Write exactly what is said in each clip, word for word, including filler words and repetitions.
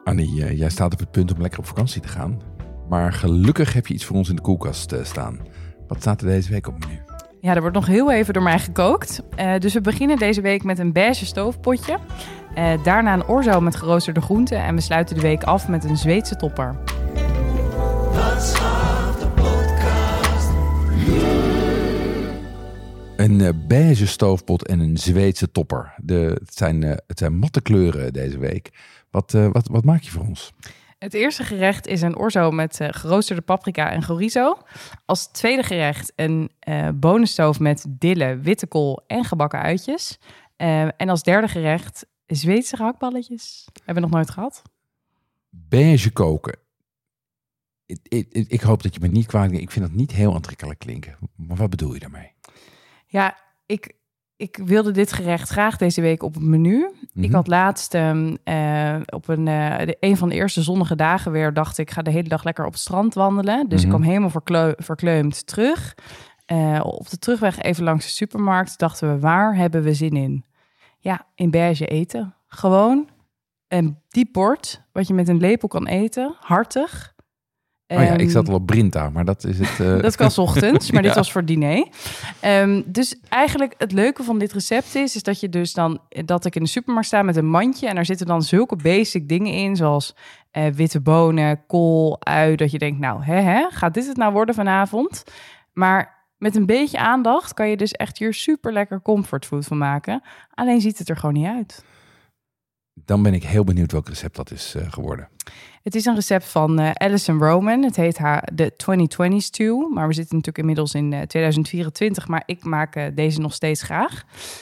Annie, uh, jij staat op het punt om lekker op vakantie te gaan. Maar gelukkig heb je iets voor ons in de koelkast uh, staan. Wat staat er deze week op het menu? Ja, er wordt nog heel even door mij gekookt. Uh, dus we beginnen deze week met een beige stoofpotje. Uh, daarna een orzo met geroosterde groenten. En we sluiten de week af met een Zweedse topper. Een uh, beige stoofpot en een Zweedse topper. De, het, zijn, uh, het zijn matte kleuren deze week. Wat, uh, wat, wat maak je voor ons? Het eerste gerecht is een orzo met uh, geroosterde paprika en chorizo. Als tweede gerecht een uh, bonenstoof met dille, witte kool en gebakken uitjes. Uh, en als derde gerecht Zweedse gehaktballetjes. Hebben we nog nooit gehad. Beige koken. Ik, ik, ik hoop dat je me niet kwalijk neemt. Ik vind dat niet heel aantrekkelijk klinken. Maar wat bedoel je daarmee? Ja, ik... Ik wilde dit gerecht graag deze week op het menu. Mm-hmm. Ik had laatst um, uh, op een, uh, de, een van de eerste zonnige dagen weer... dacht ik, ga de hele dag lekker op het strand wandelen. Dus mm-hmm. ik kwam helemaal verkleu- verkleumd terug. Uh, op de terugweg even langs de supermarkt dachten we, waar hebben we zin in? Ja, in beige eten. Gewoon een diep bord, wat je met een lepel kan eten. Hartig. Oh ja, ik zat al op Brinta, maar dat is het... Uh... Dat kan 's ochtends, maar ja. Dit was voor diner. Um, dus eigenlijk het leuke van dit recept is... is dat je dus dan... dat ik in de supermarkt sta met een mandje... en daar zitten dan zulke basic dingen in... zoals uh, witte bonen, kool, ui... dat je denkt, nou, hè, hè, gaat dit het nou worden vanavond? Maar met een beetje aandacht... kan je dus echt hier super lekker comfortfood van maken. Alleen ziet het er gewoon niet uit. Dan ben ik heel benieuwd welk recept dat is uh, geworden. Het is een recept van uh, Alison Roman. Het heet haar de twintig twintig stew. Maar we zitten natuurlijk inmiddels in uh, tweeduizend vierentwintig. Maar ik maak uh, deze nog steeds graag.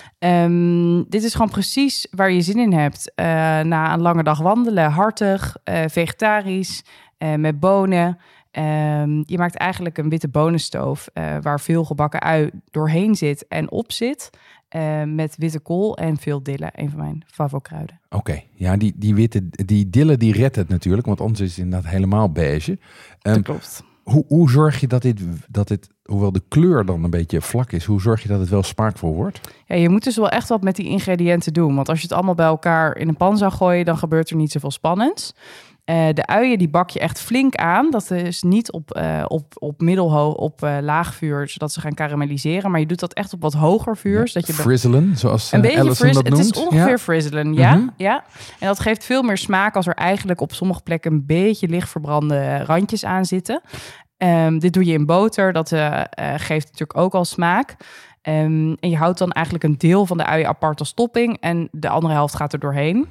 Um, dit is gewoon precies waar je zin in hebt. Uh, na een lange dag wandelen, hartig, uh, vegetarisch, uh, met bonen. Um, je maakt eigenlijk een witte bonenstoof... Uh, waar veel gebakken ui doorheen zit en op zit... Uh, met witte kool en veel dille. Een van mijn favo-kruiden. Oké, okay. ja, die, die witte, die dille die redt het natuurlijk, want anders is het inderdaad helemaal beige. Um, dat klopt. Hoe, hoe zorg je dat dit, dat dit, hoewel de kleur dan een beetje vlak is, hoe zorg je dat het wel smaakvol wordt? Ja, je moet dus wel echt wat met die ingrediënten doen. Want als je het allemaal bij elkaar in een pan zou gooien, dan gebeurt er niet zoveel spannends. Uh, de uien die bak je echt flink aan. Dat is niet op, uh, op, op middelhoog, op uh, laag vuur, zodat ze gaan karamelliseren. Maar je doet dat echt op wat hoger vuur. Ja, zodat je frizzelen, zoals uh, een beetje Alison frizz- dat noemt. Het is ongeveer ja. frizzelen, ja, mm-hmm. ja. En dat geeft veel meer smaak als er eigenlijk op sommige plekken een beetje licht verbrande randjes aan zitten. Um, dit doe je in boter. Dat uh, uh, geeft natuurlijk ook al smaak. Um, en je houdt dan eigenlijk een deel van de uien apart als topping. En de andere helft gaat er doorheen.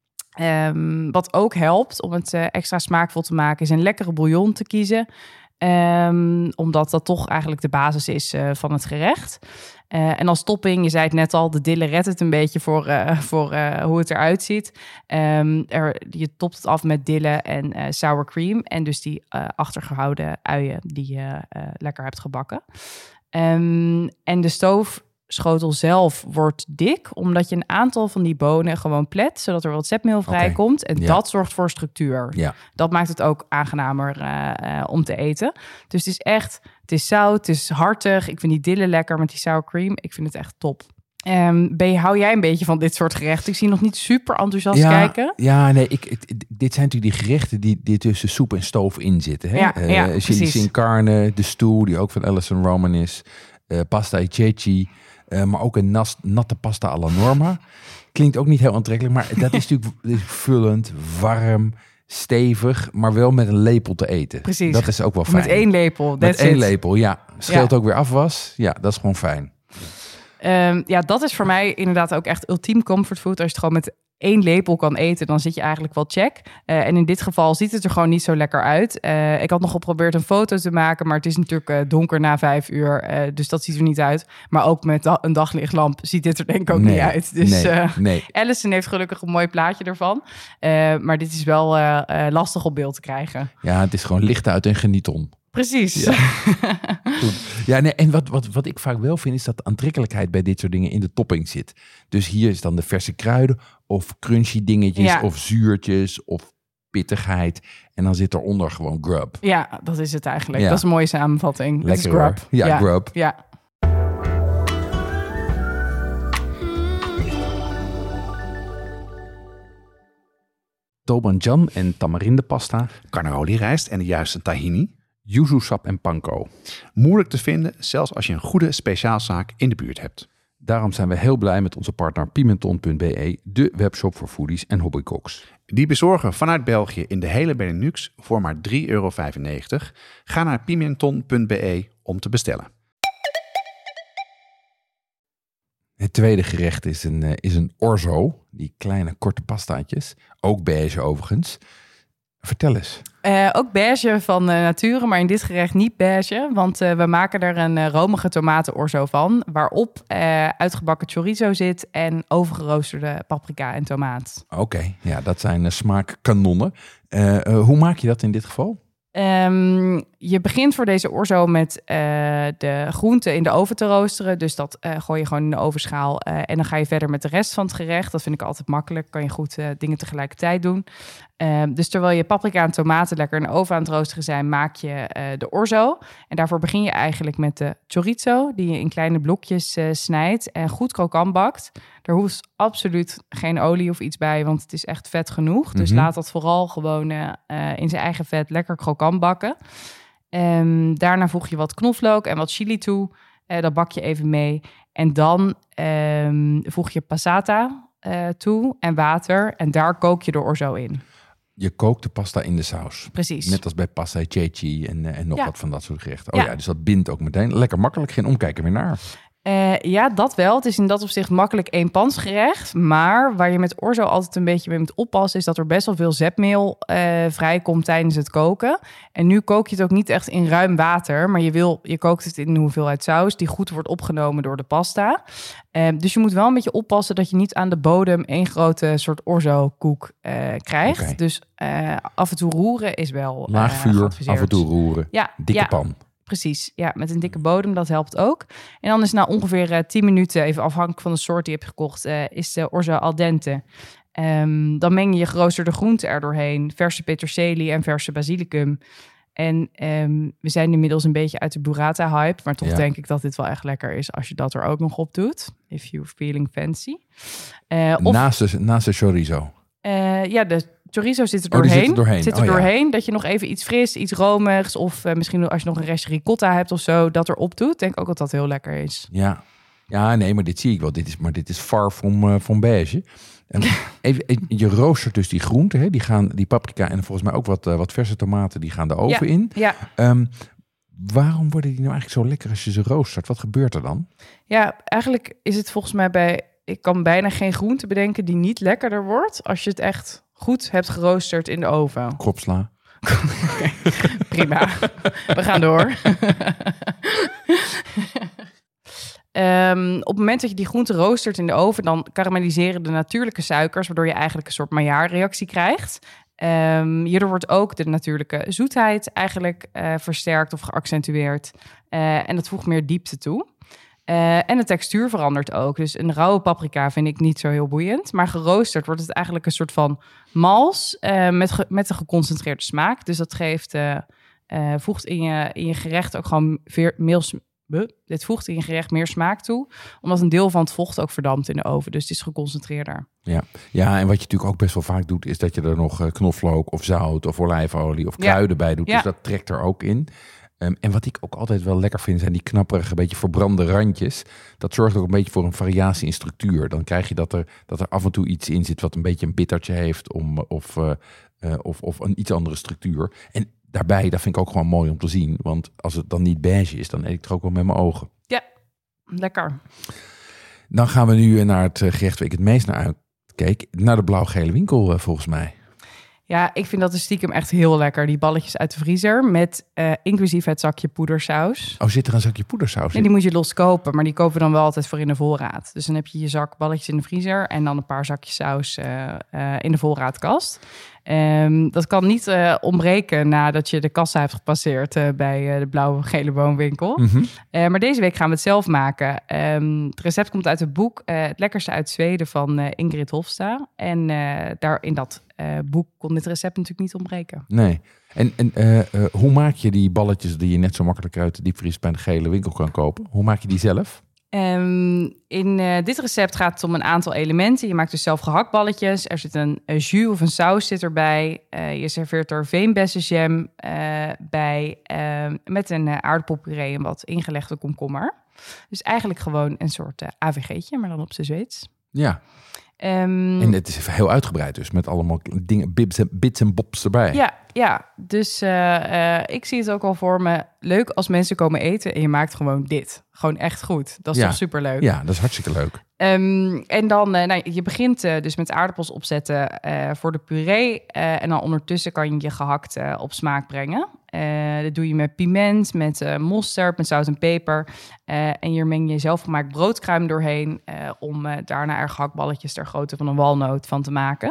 Um, wat ook helpt om het uh, extra smaakvol te maken... is een lekkere bouillon te kiezen. Um, omdat dat toch eigenlijk de basis is uh, van het gerecht. Uh, en als topping, je zei het net al... de dille redt het een beetje voor, uh, voor uh, hoe het eruit ziet. Um, er, je topt het af met dille en uh, sour cream... en dus die uh, achtergehouden uien die je uh, lekker hebt gebakken. Um, en de stoof... schotel zelf wordt dik, omdat je een aantal van die bonen gewoon plet, zodat er wat zetmeel vrijkomt. Okay. En ja. dat zorgt voor structuur. Ja. Dat maakt het ook aangenamer uh, uh, om te eten. Dus het is echt, het is zout, het is hartig. Ik vind die dille lekker met die sour cream. Ik vind het echt top. Um, ben je, hou jij een beetje van dit soort gerechten? Ik zie nog niet super enthousiast ja, kijken. Ja, nee, ik, ik, dit zijn natuurlijk die gerechten die, die tussen soep en stoof in zitten. Hè? Ja, uh, ja, chili sin carne, de stew, die ook van Alison Roman is. Uh, pasta e ceci. Uh, maar ook een nas, natte pasta alla norma. Klinkt ook niet heel aantrekkelijk, maar dat is natuurlijk is vullend, warm, stevig, maar wel met een lepel te eten. Precies. Dat is ook wel fijn. Met één lepel. Met één it. lepel, ja. Scheelt ja. ook weer afwas. Ja, dat is gewoon fijn. Um, ja, dat is voor mij inderdaad ook echt ultiem comfortfood. Als je het gewoon met één lepel kan eten, dan zit je eigenlijk wel check. Uh, en in dit geval ziet het er gewoon niet zo lekker uit. Uh, ik had nog geprobeerd een foto te maken, maar het is natuurlijk uh, donker na vijf uur. Uh, dus dat ziet er niet uit. Maar ook met da- een daglichtlamp ziet dit er denk ik ook nee, niet uit. Dus nee, uh, nee. Alison heeft gelukkig een mooi plaatje ervan. Uh, maar dit is wel uh, uh, lastig op beeld te krijgen. Ja, het is gewoon licht uit en geniet om. Precies. Ja, ja nee, en wat, wat, wat ik vaak wel vind, is dat de aantrekkelijkheid bij dit soort dingen in de topping zit. Dus hier is dan de verse kruiden of crunchy dingetjes ja. of zuurtjes of pittigheid. En dan zit eronder gewoon grub. Ja, dat is het eigenlijk. Ja. Dat is een mooie samenvatting. Lekker grub. Ja, ja, grub. Ja. Tobanjan en tamarindepasta. Carnaroli rijst en de juiste tahini. Yuzu sap en panko. Moeilijk te vinden, zelfs als je een goede speciaalzaak in de buurt hebt. Daarom zijn we heel blij met onze partner Pimenton punt b e, de webshop voor foodies en hobbycooks. Die bezorgen vanuit België in de hele Benelux voor maar drie euro vijfennegentig. Ga naar pimenton punt b e om te bestellen. Het tweede gerecht is een, uh, is een orzo. Die kleine korte pastaatjes. Ook beige overigens. Vertel eens. Uh, ook beige van uh, nature, maar in dit gerecht niet beige. Want uh, we maken er een uh, romige tomaten-orzo van. Waarop uh, uitgebakken chorizo zit en overgeroosterde paprika en tomaat. Oké, okay, ja, dat zijn uh, smaakkanonnen. Uh, uh, hoe maak je dat in dit geval? Um, je begint voor deze orzo met uh, de groenten in de oven te roosteren. Dus dat uh, gooi je gewoon in de ovenschaal. Uh, en dan ga je verder met de rest van het gerecht. Dat vind ik altijd makkelijk. Kan je goed uh, dingen tegelijkertijd doen. Uh, dus terwijl je paprika en tomaten lekker in de oven aan het roosteren zijn, maak je uh, de orzo. En daarvoor begin je eigenlijk met de chorizo, die je in kleine blokjes uh, snijdt en goed krokant bakt. Er hoeft absoluut geen olie of iets bij, want het is echt vet genoeg. Dus mm-hmm. laat dat vooral gewoon uh, uh, in zijn eigen vet lekker krokant bakken. Um, daarna voeg je wat knoflook en wat chili toe. Uh, dat bak je even mee. En dan um, voeg je passata uh, toe en water. En daar kook je de orzo in. Je kookt de pasta in de saus. Precies. Net als bij pasta e ceci en, en nog ja. wat van dat soort gerechten. Oh ja. ja, dus dat bindt ook meteen. Lekker makkelijk, geen omkijken meer naar. Uh, ja, dat wel. Het is in dat opzicht makkelijk eenpansgerecht. Maar waar je met orzo altijd een beetje mee moet oppassen, is dat er best wel veel zetmeel uh, vrijkomt tijdens het koken. En nu kook je het ook niet echt in ruim water, maar je, wil, je kookt het in een hoeveelheid saus die goed wordt opgenomen door de pasta. Uh, dus je moet wel een beetje oppassen dat je niet aan de bodem één grote soort orzo-koek uh, krijgt. Okay. Dus uh, af en toe roeren is wel laag vuur, uh, af en toe roeren. Ja, dikke ja. pan. Precies, ja, met een dikke bodem, dat helpt ook. En dan is na ongeveer uh, tien minuten, even afhankelijk van de soort die je hebt gekocht, uh, is de orzo al dente. Um, dan meng je je geroosterde groenten er doorheen, verse peterselie en verse basilicum. En um, we zijn inmiddels een beetje uit de burrata-hype, maar toch ja. denk ik dat dit wel echt lekker is als je dat er ook nog op doet. If you're feeling fancy. Uh, of, naast, de, naast de chorizo. Uh, ja, de chorizo zit er doorheen. Oh, zit er doorheen. Zit er oh, doorheen ja. Dat je nog even iets fris, iets romigs of uh, misschien als je nog een restje ricotta hebt of zo, dat erop doet. Denk ook dat dat heel lekker is. Ja, ja nee, maar dit zie ik wel. Dit is, maar dit is far from, uh, from beige. En even, je roostert dus die groenten, hè? Die gaan die paprika en volgens mij ook wat, uh, wat verse tomaten, die gaan de oven ja, in. Ja. Um, waarom worden die nou eigenlijk zo lekker als je ze roostert? Wat gebeurt er dan? Ja, eigenlijk is het volgens mij bij, ik kan bijna geen groente bedenken die niet lekkerder wordt als je het echt goed hebt geroosterd in de oven. Kropsla. Okay, prima. We gaan door. Um, op het moment dat je die groente roostert in de oven, dan karamelliseren de natuurlijke suikers, waardoor je eigenlijk een soort Maillard-reactie krijgt. Um, hierdoor wordt ook de natuurlijke zoetheid eigenlijk uh, versterkt of geaccentueerd. Uh, en dat voegt meer diepte toe. Uh, en de textuur verandert ook. Dus een rauwe paprika vind ik niet zo heel boeiend. Maar geroosterd wordt het eigenlijk een soort van mals uh, met, ge- met een geconcentreerde smaak. Dus dat geeft, uh, uh, voegt in je, in je gerecht ook gewoon veer, meels, buh, dit voegt in je gerecht meer smaak toe. Omdat een deel van het vocht ook verdampt in de oven. Dus het is geconcentreerder. Ja. ja, en wat je natuurlijk ook best wel vaak doet, is dat je er nog knoflook of zout of olijfolie of kruiden ja. bij doet. Ja. Dus dat trekt er ook in. Um, en wat ik ook altijd wel lekker vind, zijn die knapperige, beetje verbrande randjes. Dat zorgt ook een beetje voor een variatie in structuur. Dan krijg je dat er, dat er af en toe iets in zit wat een beetje een bittertje heeft om, of, uh, uh, of, of een iets andere structuur. En daarbij, dat vind ik ook gewoon mooi om te zien. Want als het dan niet beige is, dan eet ik het ook wel met mijn ogen. Ja, lekker. Dan gaan we nu naar het gerecht waar ik het meest naar uitkeek. Naar de blauw-gele winkel, uh, volgens mij. Ja, ik vind dat de stiekem echt heel lekker. Die balletjes uit de vriezer met uh, inclusief het zakje poedersaus. Oh, zit er een zakje poedersaus in? Nee, die moet je los kopen, maar die kopen we dan wel altijd voor in de voorraad. Dus dan heb je je zak balletjes in de vriezer en dan een paar zakjes saus uh, uh, in de voorraadkast. Um, dat kan niet uh, ontbreken nadat je de kassa hebt gepasseerd uh, bij uh, de blauwe gele boomwinkel. Mm-hmm. Uh, maar deze week gaan we het zelf maken. Um, het recept komt uit het boek uh, Het lekkerste uit Zweden van uh, Ingrid Hofsta. En uh, daar in dat uh, boek kon dit recept natuurlijk niet ontbreken. Nee. En, en uh, uh, hoe maak je die balletjes die je net zo makkelijk uit de diepvries bij de gele winkel kan kopen? Hoe maak je die zelf? Um, in uh, dit recept gaat het om een aantal elementen. Je maakt dus zelf gehaktballetjes. Er zit een, een jus of een saus zit erbij. Uh, je serveert er veenbessenjam uh, bij uh, met een uh, aardappelpuree en wat ingelegde komkommer. Dus eigenlijk gewoon een soort uh, A V G'tje, maar dan op z'n Zweeds. Ja. Um, en het is heel uitgebreid dus, met allemaal dingen, bits en, bits en bobs erbij. Ja, ja. Dus uh, uh, ik zie het ook al voor me. Leuk als mensen komen eten en je maakt gewoon dit. Gewoon echt goed. Dat is ja. toch superleuk? Ja, dat is hartstikke leuk. Um, en dan, uh, nou, je begint uh, dus met aardappels opzetten uh, voor de puree. Uh, en dan ondertussen kan je je gehakt uh, op smaak brengen. Uh, dat doe je met piment, met uh, mosterd, met zout en peper. Uh, en hier meng je zelfgemaakt broodkruim doorheen... Uh, om uh, daarna er gehaktballetjes ter grootte van een walnoot van te maken.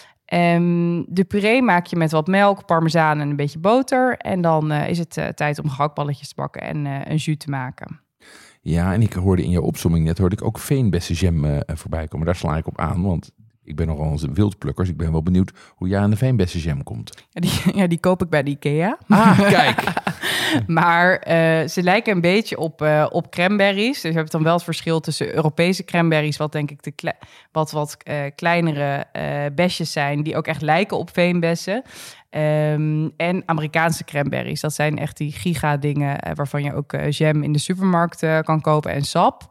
Um, de puree maak je met wat melk, parmezaan en een beetje boter. En dan uh, is het uh, tijd om gehaktballetjes te bakken en uh, een jus te maken. Ja, en ik hoorde in je opzomming net hoorde ik ook veenbessenjam uh, voorbij komen. Daar sla ik op aan, want ik ben nogal een wildplukkers. Ik ben wel benieuwd hoe jij aan de veenbessenjam komt. Ja die, ja, die koop ik bij de IKEA. Ah, kijk. Maar uh, ze lijken een beetje op, uh, op cranberries. Dus je hebt dan wel het verschil tussen Europese cranberries... wat denk ik de kle- wat, wat uh, kleinere uh, besjes zijn... die ook echt lijken op veenbessen. Um, en Amerikaanse cranberries. Dat zijn echt die giga-dingen... Uh, waarvan je ook uh, jam in de supermarkt uh, kan kopen en sap.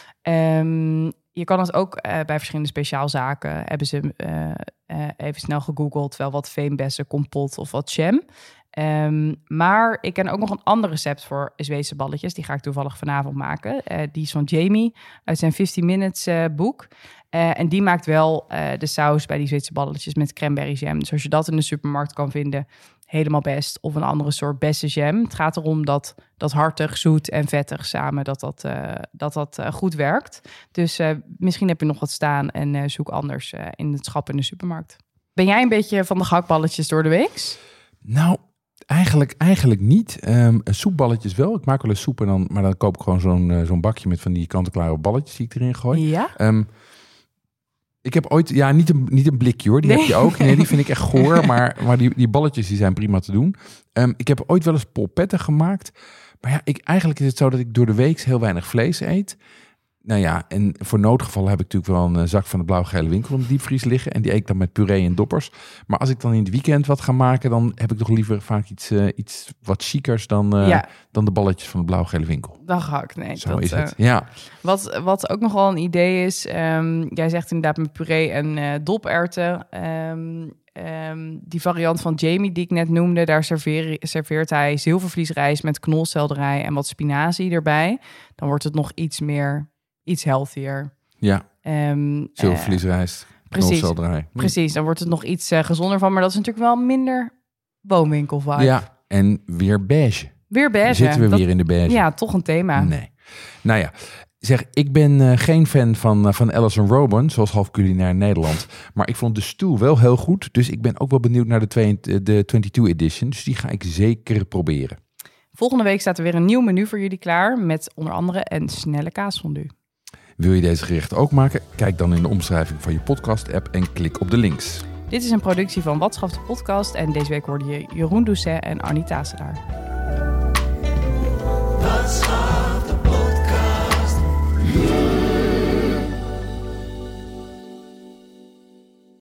Um, je kan het ook uh, bij verschillende speciaalzaken... hebben ze uh, uh, even snel gegoogeld... wel wat veenbessen, kompot of wat jam... Um, maar ik ken ook nog een ander recept voor Zweedse balletjes. Die ga ik toevallig vanavond maken. Uh, die is van Jamie uit zijn fifty minutes uh, boek. Uh, en die maakt wel uh, de saus bij die Zweedse balletjes met cranberry jam. Dus als je dat in de supermarkt kan vinden, helemaal best. Of een andere soort bessenjam. Het gaat erom dat, dat hartig, zoet en vettig samen dat dat, uh, dat, dat uh, goed werkt. Dus uh, misschien heb je nog wat staan en uh, zoek anders uh, in het schap in de supermarkt. Ben jij een beetje van de gehaktballetjes door de week? Nou... Eigenlijk, eigenlijk niet. Um, soepballetjes wel. Ik maak wel eens soep, en dan, maar dan koop ik gewoon zo'n, uh, zo'n bakje met van die kant-en-klare balletjes die ik erin gooi. Ja? Um, ik heb ooit, ja, niet een, niet een blikje hoor, die nee. heb je ook. Nee, die vind ik echt goor, maar, maar die, die balletjes die zijn prima te doen. Um, ik heb ooit wel eens polpetten gemaakt. Maar ja, ik, eigenlijk is het zo dat ik door de week heel weinig vlees eet. Nou ja, en voor noodgevallen heb ik natuurlijk wel een zak van de blauw-gele winkel in de diepvries liggen. En die eet ik dan met puree en doppers. Maar als ik dan in het weekend wat ga maken, dan heb ik toch liever vaak iets, uh, iets wat chicers dan, uh, ja. dan de balletjes van de blauw-gele winkel. Dan ga ik, nee. Zo dat, is uh, het, ja. Wat, wat ook nog wel een idee is, um, jij zegt inderdaad met puree en uh, doperwten. Um, Um, die variant van Jamie die ik net noemde, daar serveer, serveert hij zilvervliesrijst met knolselderij en wat spinazie erbij. Dan wordt het nog iets meer, iets healthier. Ja, um, zilvervliesrijst, uh, knolselderij. Precies, precies, dan wordt het nog iets uh, gezonder van, maar dat is natuurlijk wel minder woonwinkel-vibe. Ja, en weer beige. Weer beige. Dan zitten we dat, weer in de beige. Ja, toch een thema. Nee. Nou ja. Zeg, ik ben uh, geen fan van, uh, van Alison Roman, zoals half culinair Nederland. Maar ik vond de stoel wel heel goed. Dus ik ben ook wel benieuwd naar de, twee, de tweeëntwintig edition. Dus die ga ik zeker proberen. Volgende week staat er weer een nieuw menu voor jullie klaar. Met onder andere een snelle kaasfondue. Wil je deze gerechten ook maken? Kijk dan in de omschrijving van je podcast-app en klik op de links. Dit is een productie van Wat Schaft de Podcast. En deze week hoorde je Jeroen Doucet en Annie Taselaar.